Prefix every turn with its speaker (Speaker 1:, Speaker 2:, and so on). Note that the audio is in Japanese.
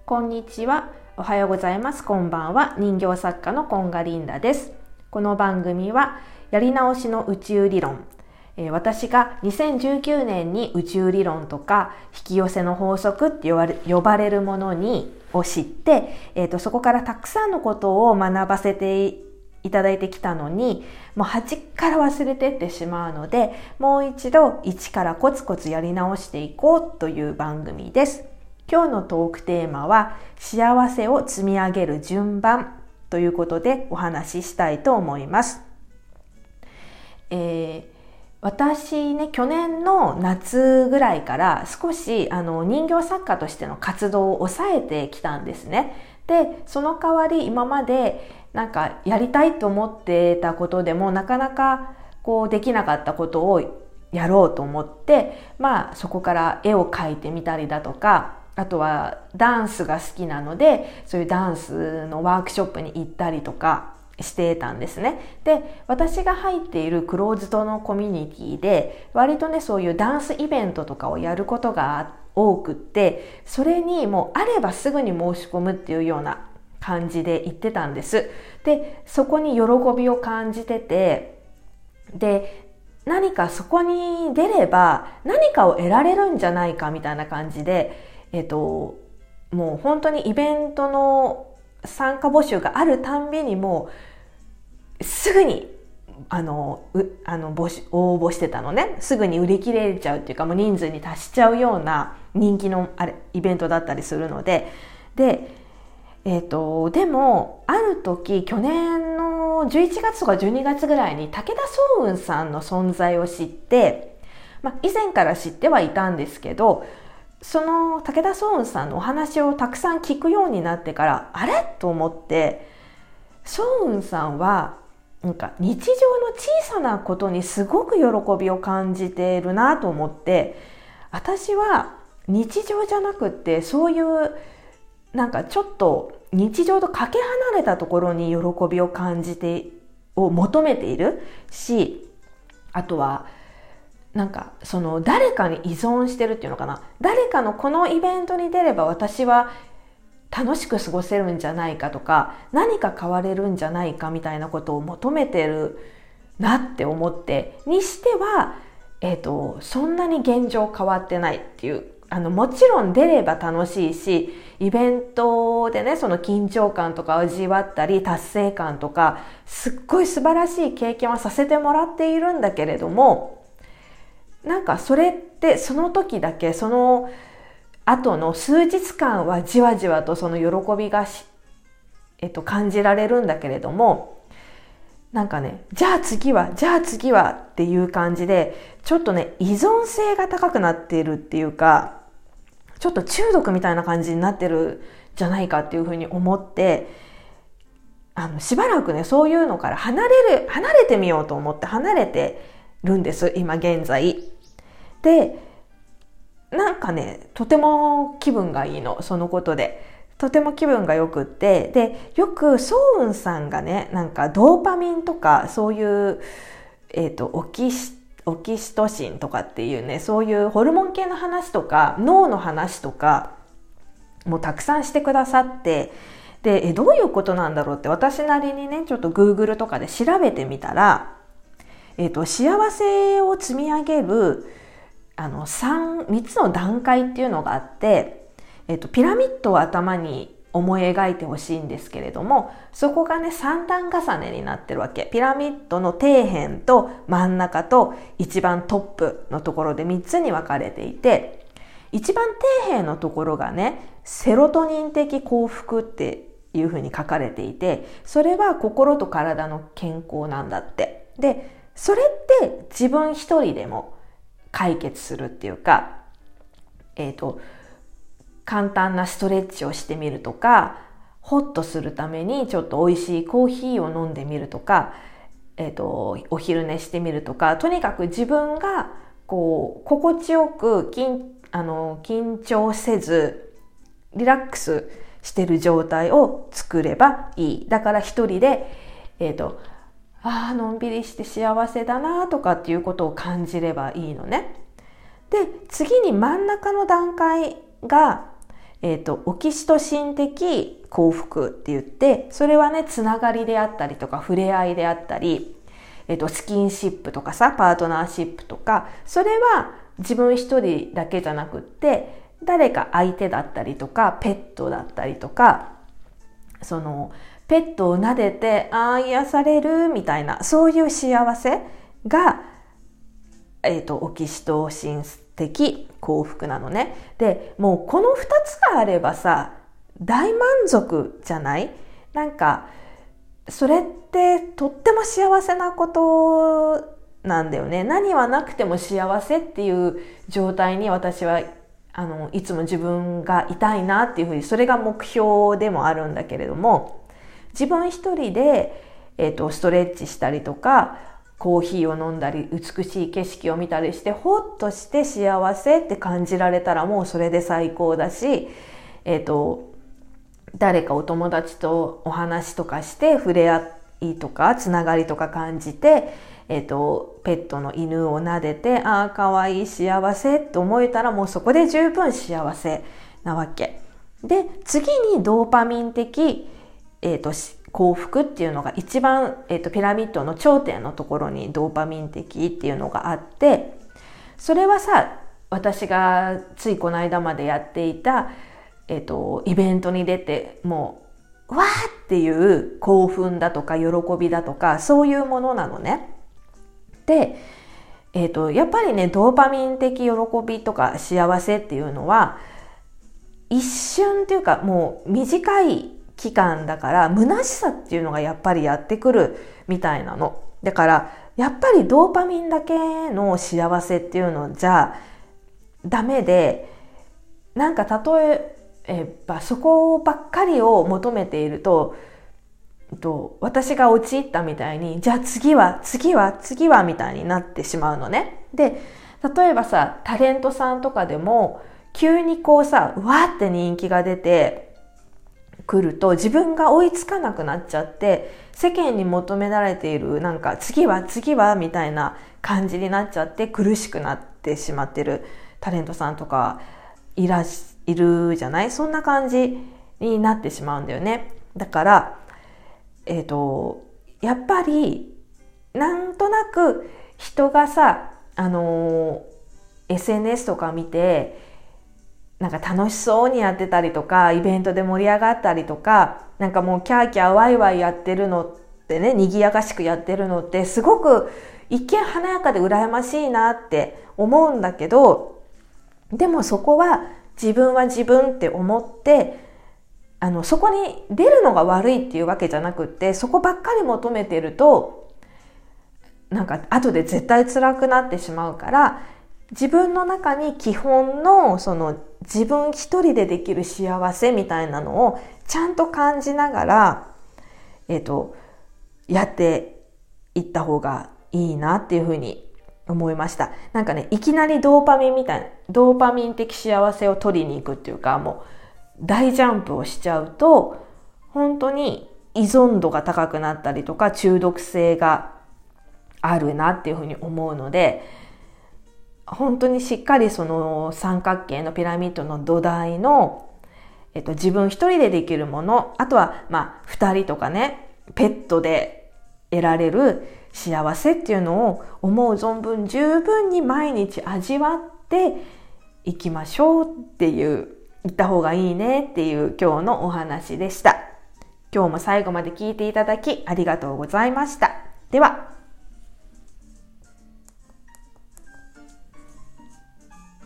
Speaker 1: こんにちは。おはようございます。こんばんは。人形作家のコンガリンダです。この番組はやり直しの宇宙理論、私が2019年に宇宙理論とか引き寄せの法則って呼ばれるものを知って、そこからたくさんのことを学ばせていただいてきたのに、もう端から忘れてってしまうので、もう一度一からコツコツやり直していこうという番組です。今日のトークテーマは幸せを積み上げる順番ということでお話ししたいと思います。私ね、去年の夏ぐらいから少し人形作家としての活動を抑えてきたんですね。で、その代わり今までなんかやりたいと思ってたことでもなかなかできなかったことをやろうと思って、そこから絵を描いてみたりだとか、あとはダンスが好きなので、そういうダンスのワークショップに行ったりとかしてたんですね。で、私が入っているクローズドのコミュニティで割とね、そういうダンスイベントとかをやることが多くって、それにもうあればすぐに申し込むっていうような感じで行ってたんです。で、そこに喜びを感じてて、で、何かそこに出れば何かを得られるんじゃないかみたいな感じで、もう本当にイベントの参加募集があるたんびにもうすぐに応募してたのね。すぐに売り切れちゃうっていうか、もう人数に達しちゃうような人気のイベントだったりするので、でもある時、去年の11月とか12月ぐらいに武田壮雲さんの存在を知って、以前から知ってはいたんですけど、その武田壮雲さんのお話をたくさん聞くようになってから、あれと思って、壮雲さんはなんか日常の小さなことにすごく喜びを感じているなと思って、私は日常じゃなくってそういうなんかちょっと日常とかけ離れたところに喜びを感じてを求めているし、あとはなんかその誰かに依存してるっていうのかな、誰かのこのイベントに出れば私は楽しく過ごせるんじゃないかとか、何か変われるんじゃないかみたいなことを求めてるなって思って、にしては、そんなに現状変わってないっていう、もちろん出れば楽しいし、イベントでね、その緊張感とか味わったり達成感とか、すっごい素晴らしい経験はさせてもらっているんだけれども、なんかそれってその時だけ、その後の数日間はじわじわとその喜びが感じられるんだけれども、なんかね、じゃあ次はっていう感じで、ちょっとね、依存性が高くなっているっていうか、ちょっと中毒みたいな感じになってるじゃないかっていうふうに思って、しばらくね、そういうのから離れてみようと思って離れてるんです、今現在。で、なんかね、とても気分がいいの、そのことで。とても気分がよくって、で、よく壮雲さんがね、なんかドーパミンとか、そういう、オキシトシンとかっていうね、そういうホルモン系の話とか、脳の話とか、もうたくさんしてくださって、で、どういうことなんだろうって私なりにね、ちょっと Google とかで調べてみたら、幸せを積み上げる3つの段階っていうのがあって、ピラミッドを頭に思い描いてほしいんですけれども、そこがね3段重ねになってるわけ。ピラミッドの底辺と真ん中と一番トップのところで3つに分かれていて、一番底辺のところがね、セロトニン的幸福っていうふうに書かれていて、それは心と体の健康なんだって。で、それって自分一人でも解決するっていうか、簡単なストレッチをしてみるとか、ホッとするためにちょっと美味しいコーヒーを飲んでみるとか、お昼寝してみるとか、とにかく自分が心地よく緊張せずリラックスしてる状態を作ればいい。だから一人でのんびりして幸せだなとかっていうことを感じればいいのね。で、次に真ん中の段階が、 オキシトシン的幸福って言って、それはね、つながりであったりとか触れ合いであったり、スキンシップとかさ、パートナーシップとか、それは自分一人だけじゃなくって、誰か相手だったりとか、ペットだったりとか、そのペットを撫でて、癒されるみたいな、そういう幸せが、オキシトシン的幸福なのね。で、もうこの2つがあればさ、大満足じゃない？なんかそれってとっても幸せなことなんだよね。何はなくても幸せっていう状態に私はいつも自分がいたいなっていうふうに、それが目標でもあるんだけれども、自分一人で、ストレッチしたりとか、コーヒーを飲んだり、美しい景色を見たりして、ほっとして幸せって感じられたらもうそれで最高だし、誰かお友達とお話とかして触れ合いとかつながりとか感じて、ペットの犬を撫でて、かわいい幸せって思えたらもうそこで十分幸せなわけで、次にドーパミン的、幸福っていうのが一番、ピラミッドの頂点のところにドーパミン的っていうのがあって、それはさ、私がついこの間までやっていた、イベントに出てもうわーっていう興奮だとか喜びだとか、そういうものなのね。で、やっぱりね、ドーパミン的喜びとか幸せっていうのは一瞬っていうかもう短い期間だから、虚しさっていうのがやっぱりやってくるみたいなの。だからやっぱりドーパミンだけの幸せっていうのじゃダメで、なんか例えばそこばっかりを求めていると、私が陥ったみたいに、じゃあ次はみたいになってしまうのね。で、例えばさ、タレントさんとかでも急にこうさ、うわーって人気が出てくると自分が追いつかなくなっちゃって、世間に求められているなんか次はみたいな感じになっちゃって苦しくなってしまってるタレントさんとかいるじゃない？そんな感じになってしまうんだよね。だからやっぱりなんとなく人がさ、SNS とか見てなんか楽しそうにやってたりとか、イベントで盛り上がったりとか、なんかもうキャーキャーワイワイやってるのってね、賑やかしくやってるのってすごく一見華やかで羨ましいなって思うんだけど、でもそこは自分は自分って思って、そこに出るのが悪いっていうわけじゃなくって、そこばっかり求めてるとなんか後で絶対辛くなってしまうから、自分の中に基本のその自分一人でできる幸せみたいなのをちゃんと感じながら、やっていった方がいいなっていうふうに思いました。なんかね、いきなりドーパミン的幸せを取りに行くっていうか、もう大ジャンプをしちゃうと本当に依存度が高くなったりとか中毒性があるなっていうふうに思うので、本当にしっかりその三角形のピラミッドの土台の、自分一人でできるもの、あとは2人とかね、ペットで得られる幸せっていうのを思う存分十分に毎日味わっていきましょうっていう言った方がいいねっていう今日のお話でした。今日も最後まで聞いていただきありがとうございました。では。